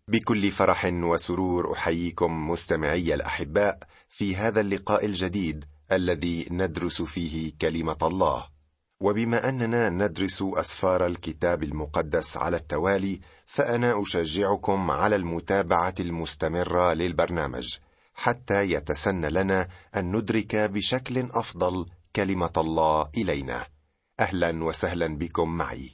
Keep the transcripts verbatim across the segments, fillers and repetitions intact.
بكل فرح وسرور أحييكم مستمعي الأحباء في هذا اللقاء الجديد الذي ندرس فيه كلمة الله. وبما أننا ندرس أسفار الكتاب المقدس على التوالي، فأنا أشجعكم على المتابعة المستمرة للبرنامج حتى يتسنى لنا أن ندرك بشكل أفضل كلمة الله إلينا. أهلا وسهلا بكم معي.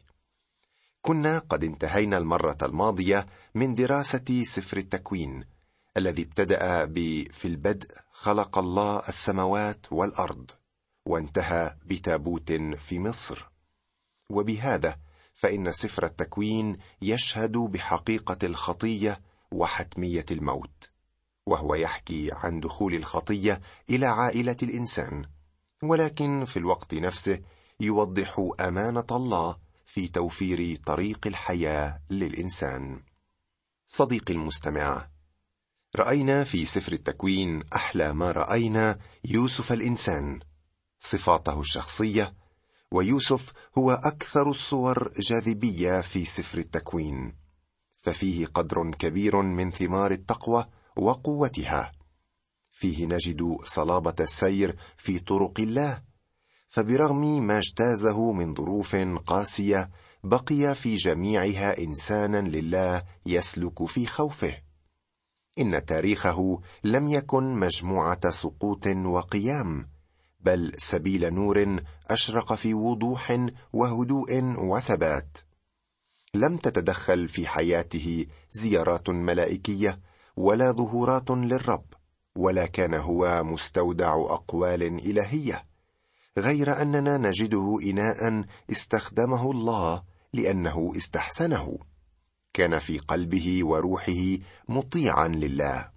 كنا قد انتهينا المرة الماضية من دراسة سفر التكوين الذي ابتدأ ب في البدء خلق الله السماوات والأرض، وانتهى بتابوت في مصر. وبهذا فإن سفر التكوين يشهد بحقيقة الخطية وحتمية الموت، وهو يحكي عن دخول الخطية إلى عائلة الإنسان، ولكن في الوقت نفسه يوضح أمانة الله في توفير طريق الحياة للإنسان. صديقي المستمع، رأينا في سفر التكوين أحلى ما رأينا يوسف الإنسان، صفاته الشخصية، ويوسف هو أكثر الصور جاذبية في سفر التكوين، ففيه قدر كبير من ثمار التقوى وقوتها. فيه نجد صلابة السير في طرق الله، فبرغم ما اجتازه من ظروف قاسية بقي في جميعها إنسانا لله يسلك في خوفه. إن تاريخه لم يكن مجموعة سقوط وقيام، بل سبيل نور أشرق في وضوح وهدوء وثبات. لم تتدخل في حياته زيارات ملائكية ولا ظهورات للرب، ولا كان هو مستودع أقوال إلهية، غير أننا نجده إناء استخدمه الله لأنه استحسنه. كان في قلبه وروحه مطيعا لله.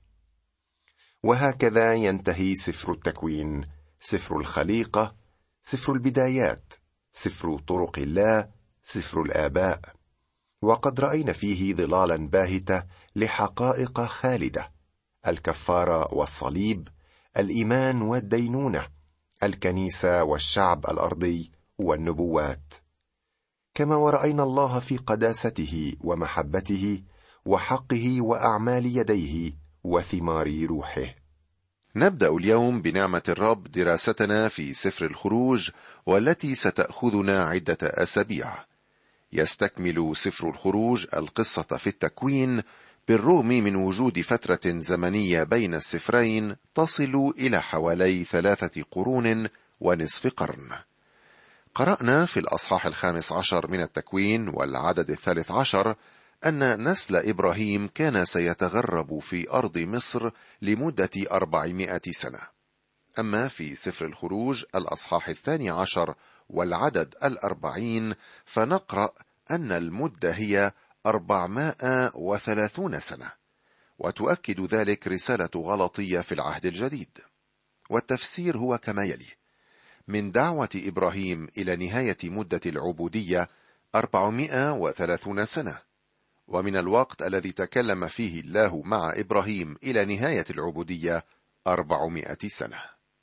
وهكذا ينتهي سفر التكوين، سفر الخليقة، سفر البدايات، سفر طرق الله، سفر الآباء. وقد رأينا فيه ظلالا باهتة لحقائق خالدة: الكفارة والصليب، الإيمان والدينونة، الكنيسة والشعب الأرضي، والنبوات. كما ورأينا الله في قداسته ومحبته وحقه وأعمال يديه وثمار روحه. نبدأ اليوم بنعمة الرب دراستنا في سفر الخروج، والتي ستأخذنا عدة أسابيع. يستكمل سفر الخروج القصة في التكوين، بالرغم من وجود فترة زمنية بين السفرين تصل إلى حوالي ثلاثة قرون ونصف قرن. قرأنا في الأصحاح الخامس عشر من التكوين والعدد الثالث عشر أن نسل إبراهيم كان سيتغرب في أرض مصر لمدة أربعمائة سنة. أما في سفر الخروج الأصحاح الثاني عشر والعدد الأربعين فنقرأ أن المدة هي أربعمائة وثلاثون سنة، وتؤكد ذلك رسالة غلطية في العهد الجديد. والتفسير هو كما يلي: من دعوة إبراهيم إلى نهاية مدة العبودية أربعمائة وثلاثون سنة، ومن الوقت الذي تكلم فيه الله مع إبراهيم إلى نهاية العبودية أربعمائة سنة.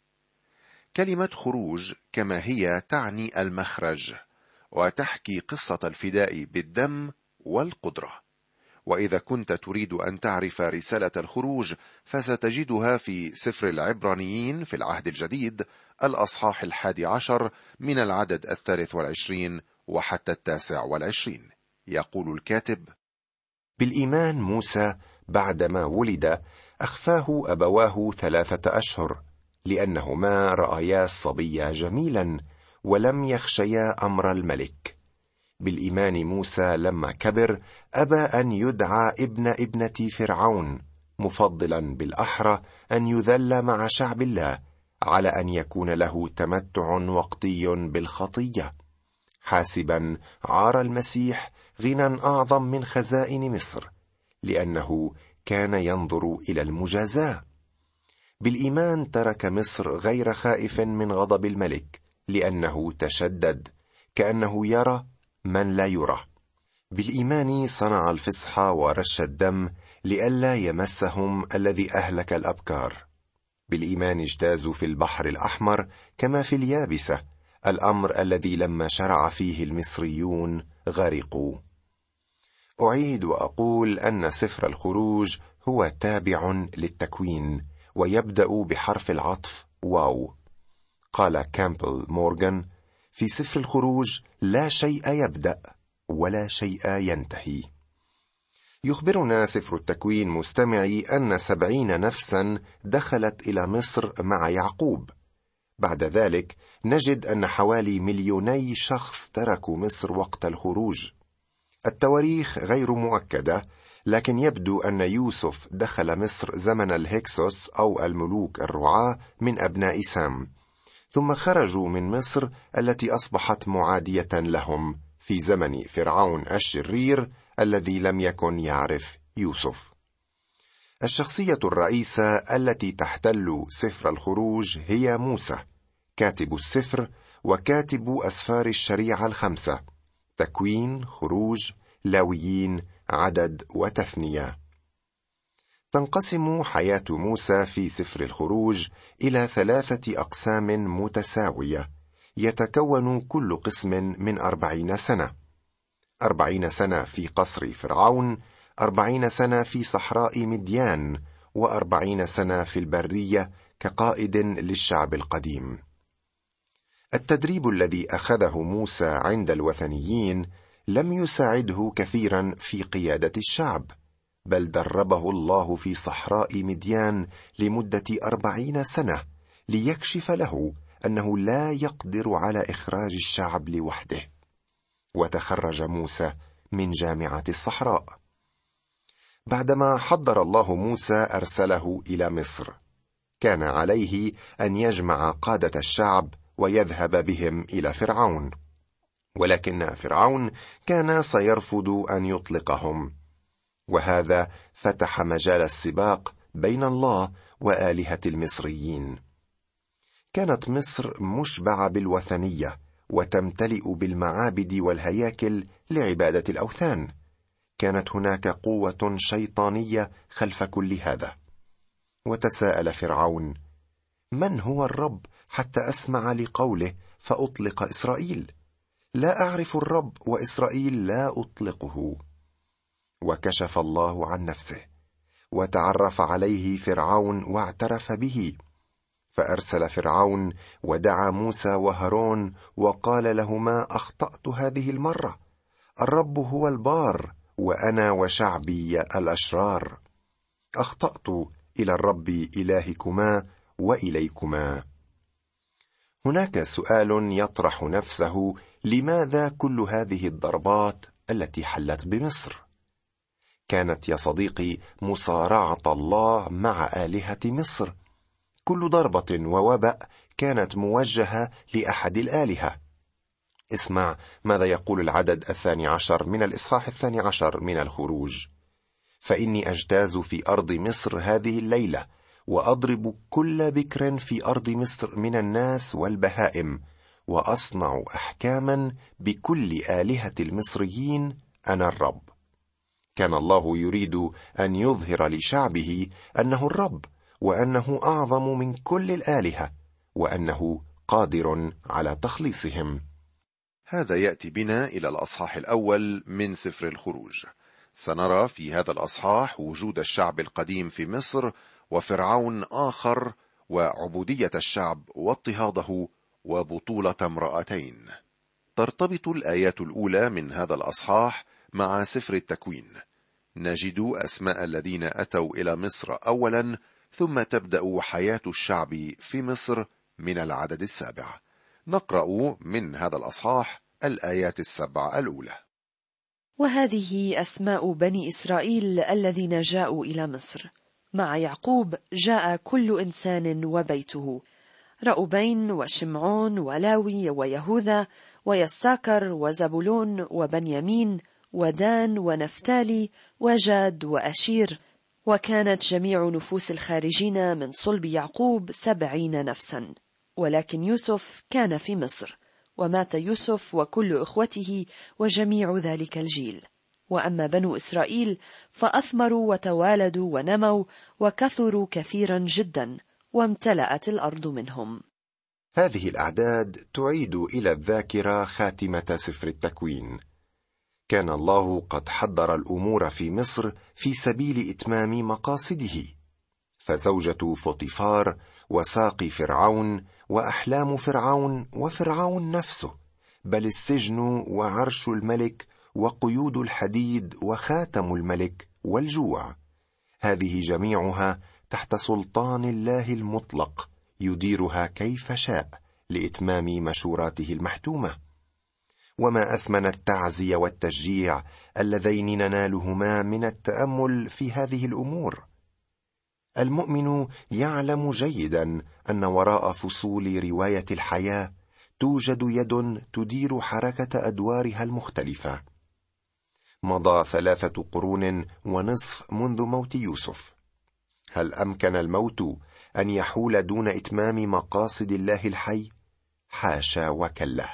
كلمة خروج كما هي تعني المخرج، وتحكي قصة الفداء بالدم والقدرة. وإذا كنت تريد أن تعرف رسالة الخروج فستجدها في سفر العبرانيين في العهد الجديد الأصحاح الحادي عشر من العدد الثالث والعشرين وحتى التاسع والعشرين. يقول الكاتب: بالإيمان موسى بعدما ولد أخفاه أبواه ثلاثة أشهر، لأنهما رأيا الصبي جميلا ولم يخشيا أمر الملك. بالإيمان موسى لما كبر أبى أن يدعى ابن ابنة فرعون، مفضلا بالأحرى أن يذل مع شعب الله على أن يكون له تمتع وقتي بالخطية، حاسبا عار المسيح غنى أعظم من خزائن مصر، لأنه كان ينظر إلى المجازاة. بالإيمان ترك مصر غير خائف من غضب الملك، لأنه تشدد كأنه يرى من لا يرى. بالإيمان صنع الفصح ورش الدم لئلا يمسهم الذي أهلك الأبكار. بالإيمان اجتازوا في البحر الأحمر كما في اليابسة، الأمر الذي لما شرع فيه المصريون غرقوا. أعيد وأقول أن سفر الخروج هو تابع للتكوين، ويبدأ بحرف العطف واو. قال كامبل مورغان: في سفر الخروج لا شيء يبدأ ولا شيء ينتهي. يخبرنا سفر التكوين مستمعي أن سبعين نفسا دخلت إلى مصر مع يعقوب. بعد ذلك نجد أن حوالي مليوني شخص تركوا مصر وقت الخروج. التواريخ غير مؤكدة، لكن يبدو أن يوسف دخل مصر زمن الهكسوس أو الملوك الرعاة من أبناء سام، ثم خرجوا من مصر التي أصبحت معادية لهم في زمن فرعون الشرير الذي لم يكن يعرف يوسف. الشخصية الرئيسة التي تحتل سفر الخروج هي موسى، كاتب السفر وكاتب أسفار الشريعة الخمسة: تكوين، خروج، لاويين، عدد وتثنية. تنقسم حياة موسى في سفر الخروج إلى ثلاثة أقسام متساوية، يتكون كل قسم من أربعين سنة: أربعين سنة في قصر فرعون، أربعين سنة في صحراء مديان، وأربعين سنة في البرية كقائد للشعب القديم. التدريب الذي أخذه موسى عند الوثنيين لم يساعده كثيرا في قيادة الشعب، بل دربه الله في صحراء مديان لمدة أربعين سنة ليكشف له أنه لا يقدر على إخراج الشعب لوحده. وتخرج موسى من جامعة الصحراء. بعدما حضر الله موسى أرسله إلى مصر. كان عليه أن يجمع قادة الشعب ويذهب بهم إلى فرعون، ولكن فرعون كان سيرفض أن يطلقهم، وهذا فتح مجال السباق بين الله وآلهة المصريين. كانت مصر مشبعة بالوثنية وتمتلئ بالمعابد والهياكل لعبادة الأوثان. كانت هناك قوة شيطانية خلف كل هذا. وتساءل فرعون: من هو الرب حتى أسمع لقوله فأطلق إسرائيل؟ لا أعرف الرب وإسرائيل لا أطلقه. وكشف الله عن نفسه، وتعرف عليه فرعون واعترف به، فأرسل فرعون ودعا موسى وهارون وقال لهما: أخطأت هذه المرة، الرب هو البار وأنا وشعبي الأشرار. أخطأت إلى الرب إلهكما وإليكما. هناك سؤال يطرح نفسه: لماذا كل هذه الضربات التي حلت بمصر؟ كانت يا صديقي مصارعة الله مع آلهة مصر. كل ضربة ووباء كانت موجهة لأحد الآلهة. اسمع ماذا يقول العدد الثاني عشر من الإصحاح الثاني عشر من الخروج: فإني أجتاز في أرض مصر هذه الليلة، وأضرب كل بكر في أرض مصر من الناس والبهائم، وأصنع أحكاما بكل آلهة المصريين، أنا الرب. كان الله يريد أن يظهر لشعبه أنه الرب، وأنه أعظم من كل الآلهة، وأنه قادر على تخليصهم. هذا يأتي بنا إلى الأصحاح الأول من سفر الخروج. سنرى في هذا الأصحاح وجود الشعب القديم في مصر، وفرعون آخر، وعبودية الشعب واضطهاده، وبطولة امرأتين. ترتبط الآيات الأولى من هذا الأصحاح مع سفر التكوين. نجد أسماء الذين أتوا إلى مصر أولا، ثم تبدأ حياة الشعب في مصر من العدد السابع. نقرأ من هذا الأصحاح الآيات السبع الأولى: وهذه أسماء بني إسرائيل الذين جاءوا إلى مصر. مع يعقوب جاء كل إنسان وبيته: رأوبين وشمعون ولاوي ويهوذا ويساكر وزبولون وبنيامين ودان ونفتالي وجاد وأشير. وكانت جميع نفوس الخارجين من صلب يعقوب سبعين نفسا. ولكن يوسف كان في مصر، ومات يوسف وكل إخوته وجميع ذلك الجيل. وأما بنو إسرائيل فأثمروا وتوالدوا ونموا وكثروا كثيرا جدا، وامتلأت الأرض منهم. هذه الأعداد تعيد إلى الذاكرة خاتمة سفر التكوين. كان الله قد حضر الأمور في مصر في سبيل إتمام مقاصده، فزوجة فوطيفار وساقي فرعون وأحلام فرعون وفرعون نفسه، بل السجن وعرش الملك وقيود الحديد وخاتم الملك والجوع، هذه جميعها تحت سلطان الله المطلق يديرها كيف شاء لإتمام مشوراته المحتومة. وما أثمن التعزية والتشجيع اللذين ننالهما من التأمل في هذه الأمور. المؤمن يعلم جيدا أن وراء فصول رواية الحياة توجد يد تدير حركة أدوارها المختلفة. مضى ثلاثة قرون ونصف منذ موت يوسف. هل أمكن الموت أن يحول دون إتمام مقاصد الله الحي؟ حاشا وكلا،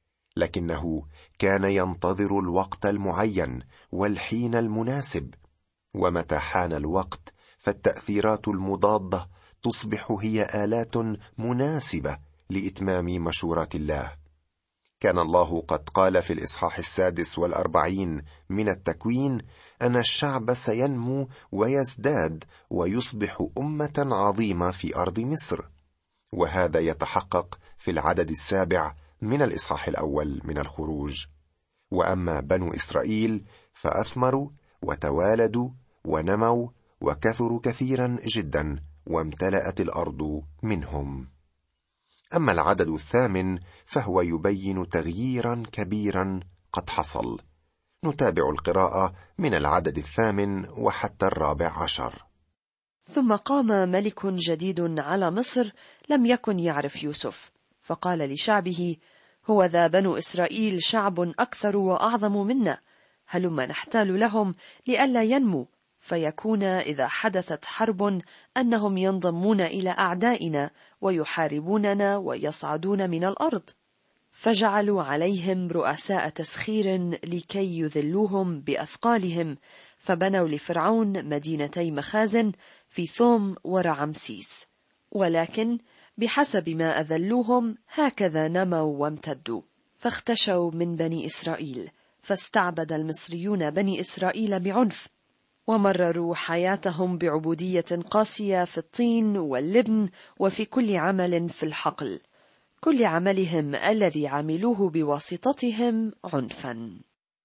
لكنه كان ينتظر الوقت المعين والحين المناسب، ومتى حان الوقت فالتأثيرات المضادة تصبح هي آلات مناسبة لإتمام مشورات الله. كان الله قد قال في الإصحاح السادس والأربعين من التكوين أن الشعب سينمو ويزداد ويصبح أمة عظيمة في أرض مصر، وهذا يتحقق في العدد السابع من الإصحاح الأول من الخروج. وأما بنو إسرائيل فأثمروا وتوالدوا ونموا وكثروا كثيرا جدا، وامتلأت الأرض منهم. أما العدد الثامن فهو يبين تغييرا كبيرا قد حصل. نتابع القراءة من العدد الثامن وحتى الرابع عشر. ثم قام ملك جديد على مصر لم يكن يعرف يوسف، فقال لشعبه: هو ذا بنو إسرائيل شعب أكثر وأعظم منا، هلما نحتال لهم لئلا ينمو، فيكون إذا حدثت حرب أنهم ينضمون إلى أعدائنا ويحاربوننا ويصعدون من الأرض. فجعلوا عليهم رؤساء تسخير لكي يذلوهم بأثقالهم، فبنوا لفرعون مدينتي مخازن في ثوم ورعمسيس، ولكن بحسب ما أذلوهم هكذا نموا وامتدوا، فاختشوا من بني إسرائيل، فاستعبد المصريون بني إسرائيل بعنف، ومرروا حياتهم بعبودية قاسية في الطين واللبن وفي كل عمل في الحقل، كل عملهم الذي عملوه بواسطتهم عنفا.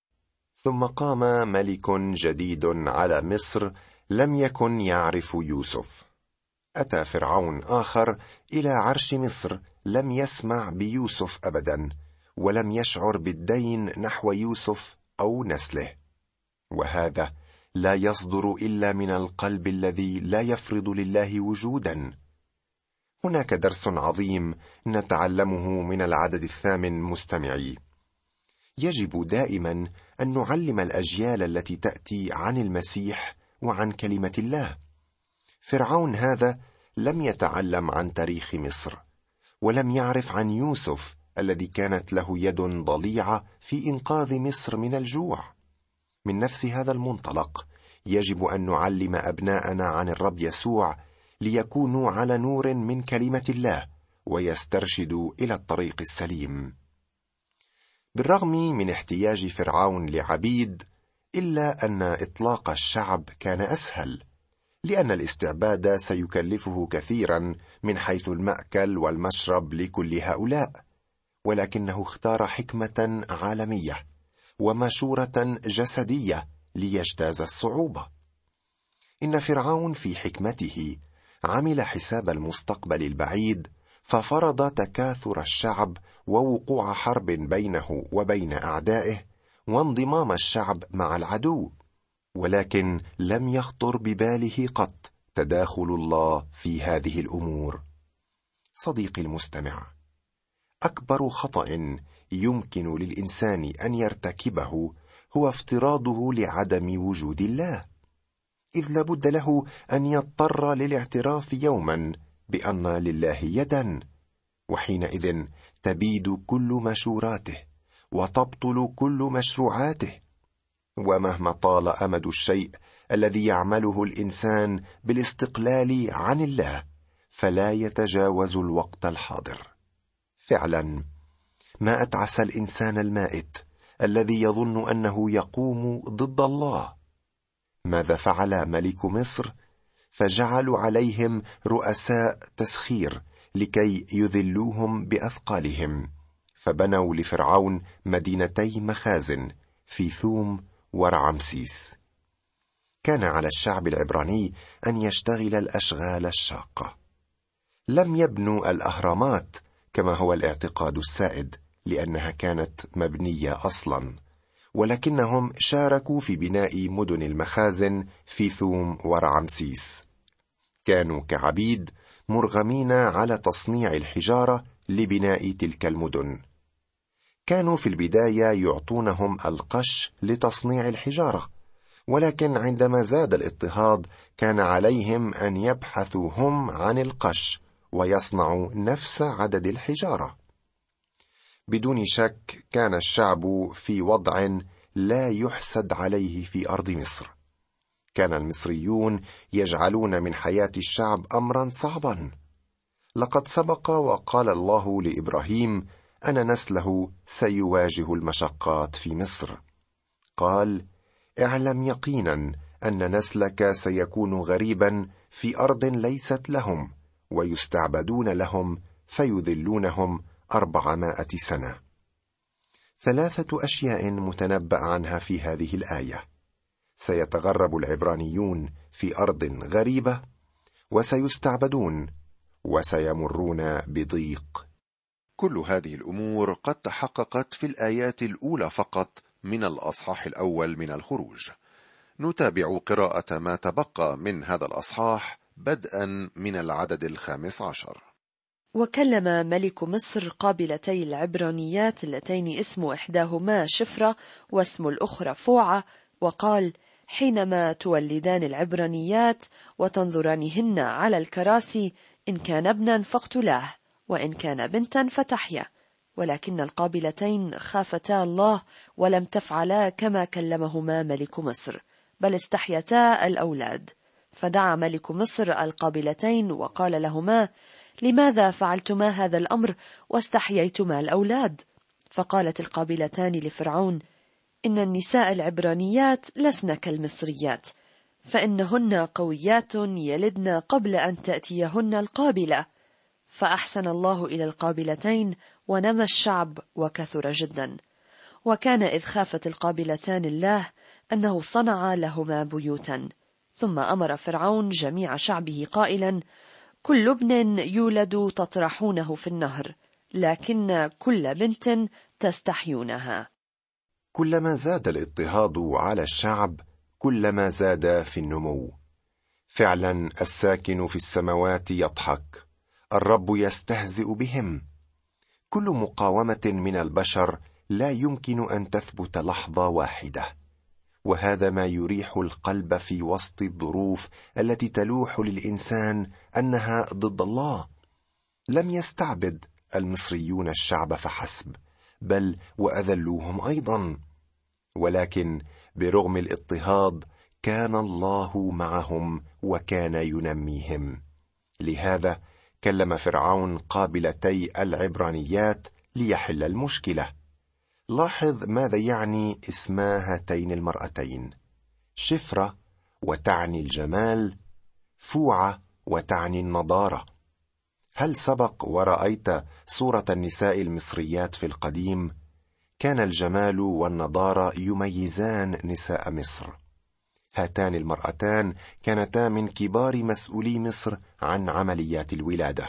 ثم قام ملك جديد على مصر لم يكن يعرف يوسف. أتى فرعون آخر إلى عرش مصر لم يسمع بيوسف أبدا، ولم يشعر بالدين نحو يوسف أو نسله، وهذا لا يصدر إلا من القلب الذي لا يفرض لله وجودا. هناك درس عظيم نتعلمه من العدد الثامن مستمعي. يجب دائما أن نعلم الأجيال التي تأتي عن المسيح وعن كلمة الله. فرعون هذا لم يتعلم عن تاريخ مصر، ولم يعرف عن يوسف الذي كانت له يد ضليعة في إنقاذ مصر من الجوع. من نفس هذا المنطلق يجب أن نعلم أبناءنا عن الرب يسوع ليكونوا على نور من كلمة الله ويسترشدوا إلى الطريق السليم. بالرغم من احتياج فرعون لعبيد، إلا أن إطلاق الشعب كان أسهل، لأن الاستعباد سيكلفه كثيرا من حيث المأكل والمشرب لكل هؤلاء، ولكنه اختار حكمة عالمية ومشورة جسدية ليجتاز الصعوبة. إن فرعون في حكمته عمل حساب المستقبل البعيد، ففرض تكاثر الشعب ووقوع حرب بينه وبين أعدائه وانضمام الشعب مع العدو، ولكن لم يخطر بباله قط تداخل الله في هذه الأمور. صديقي المستمع، أكبر خطأ يمكن للإنسان أن يرتكبه هو افتراضه لعدم وجود الله، إذ لابد له أن يضطر للاعتراف يوما بأن لله يدا، وحينئذ تبيد كل مشوراته وتبطل كل مشروعاته. ومهما طال أمد الشيء الذي يعمله الإنسان بالاستقلال عن الله، فلا يتجاوز الوقت الحاضر. فعلا ما أتعس الإنسان المائت الذي يظن أنه يقوم ضد الله. ماذا فعل ملك مصر؟ فجعلوا عليهم رؤساء تسخير لكي يذلوهم بأثقالهم، فبنوا لفرعون مدينتي مخازن في ثوم ورعمسيس. كان على الشعب العبراني أن يشتغل الأشغال الشاقة. لم يبنوا الأهرامات كما هو الاعتقاد السائد، لأنها كانت مبنية أصلا، ولكنهم شاركوا في بناء مدن المخازن في ثوم ورعمسيس. كانوا كعبيد مرغمين على تصنيع الحجارة لبناء تلك المدن. كانوا في البداية يعطونهم القش لتصنيع الحجارة، ولكن عندما زاد الاضطهاد كان عليهم أن يبحثوا هم عن القش ويصنعوا نفس عدد الحجارة. بدون شك كان الشعب في وضع لا يحسد عليه في أرض مصر. كان المصريون يجعلون من حياة الشعب أمرا صعبا. لقد سبق وقال الله لإبراهيم أن نسله سيواجه المشقات في مصر. قال: اعلم يقينا أن نسلك سيكون غريبا في أرض ليست لهم، ويستعبدون لهم فيذلونهم أربعمائة سنة. ثلاثة أشياء متنبأ عنها في هذه الآية: سيتغرب العبرانيون في أرض غريبة، وسيستعبدون، وسيمرون بضيق. كل هذه الأمور قد تحققت في الآيات الأولى فقط من الأصحاح الأول من الخروج. نتابع قراءة ما تبقى من هذا الأصحاح بدءا من العدد الخامس عشر. وكلم ملك مصر قابلتي العبرانيات اللتين اسم إحداهما شفرة واسم الأخرى فوعة، وقال: حينما تولدان العبرانيات وتنظرانهن على الكراسي، إن كان ابنا فاقتلاه، وإن كان بنتا فتحيا. ولكن القابلتين خافتا الله ولم تفعلا كما كلمهما ملك مصر، بل استحيتا الأولاد. فدعا ملك مصر القابلتين وقال لهما: لماذا فعلتما هذا الأمر واستحييتما الأولاد؟ فقالت القابلتان لفرعون: إن النساء العبرانيات لسن كالمصريات، فإنهن قويات يلدن قبل أن تأتيهن القابلة. فأحسن الله إلى القابلتين ونمى الشعب وكثر جدا. وكان إذ خافت القابلتان الله أنه صنع لهما بيوتا. ثم أمر فرعون جميع شعبه قائلا: كل ابن يولد تطرحونه في النهر، لكن كل بنت تستحيونها. كلما زاد الاضطهاد على الشعب كلما زاد في النمو. فعلا الساكن في السماوات يضحك، الرب يستهزئ بهم. كل مقاومة من البشر لا يمكن أن تثبت لحظة واحدة، وهذا ما يريح القلب في وسط الظروف التي تلوح للإنسان أنها ضد الله. لم يستعبد المصريون الشعب فحسب، بل وأذلوهم أيضا، ولكن برغم الاضطهاد كان الله معهم وكان ينميهم. لهذا كلم فرعون قابلتي العبرانيات ليحل المشكلة. لاحظ ماذا يعني اسما هاتين المرأتين: شفرة وتعني الجمال، فوعة وتعني النضارة. هل سبق ورأيت صورة النساء المصريات في القديم؟ كان الجمال والنضارة يميزان نساء مصر. هاتان المرأتان كانتا من كبار مسؤولي مصر عن عمليات الولادة.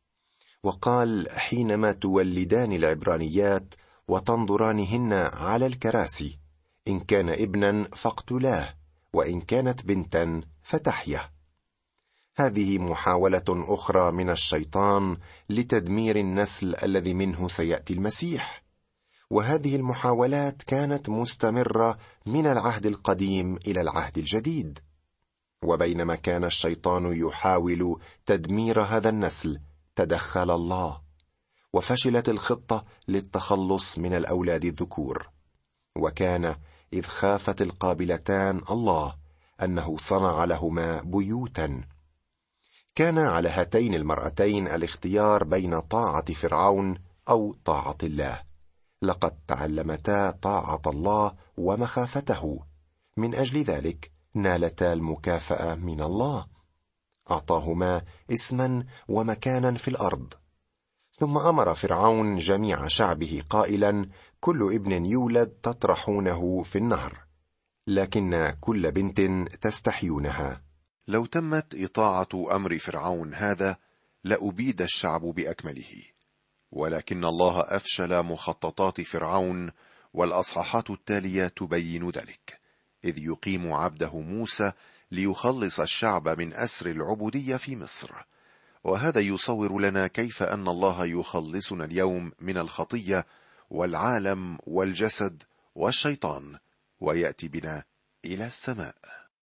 وقال: حينما تولدان العبرانيات وتنظرانهن على الكراسي، إن كان ابنا فاقتلاه، وإن كانت بنتا فتحيه. هذه محاولة أخرى من الشيطان لتدمير النسل الذي منه سيأتي المسيح، وهذه المحاولات كانت مستمرة من العهد القديم إلى العهد الجديد. وبينما كان الشيطان يحاول تدمير هذا النسل، تدخل الله، وفشلت الخطة للتخلص من الأولاد الذكور. وكان إذ خافت القابلتان الله أنه صنع لهما بيوتا. كان على هاتين المرأتين الاختيار بين طاعة فرعون أو طاعة الله. لقد تعلمتا طاعة الله ومخافته، من أجل ذلك نالتا المكافأة من الله، أعطاهما اسما ومكانا في الأرض. ثم أمر فرعون جميع شعبه قائلا: كل ابن يولد تطرحونه في النهر، لكن كل بنت تستحيونها. لو تمت إطاعة أمر فرعون هذا لأبيد الشعب بأكمله، ولكن الله أفشل مخططات فرعون، والأصحاحات التالية تبين ذلك، إذ يقيم عبده موسى ليخلص الشعب من أسر العبودية في مصر. وهذا يصور لنا كيف أن الله يخلصنا اليوم من الخطية والعالم والجسد والشيطان، ويأتي بنا إلى السماء.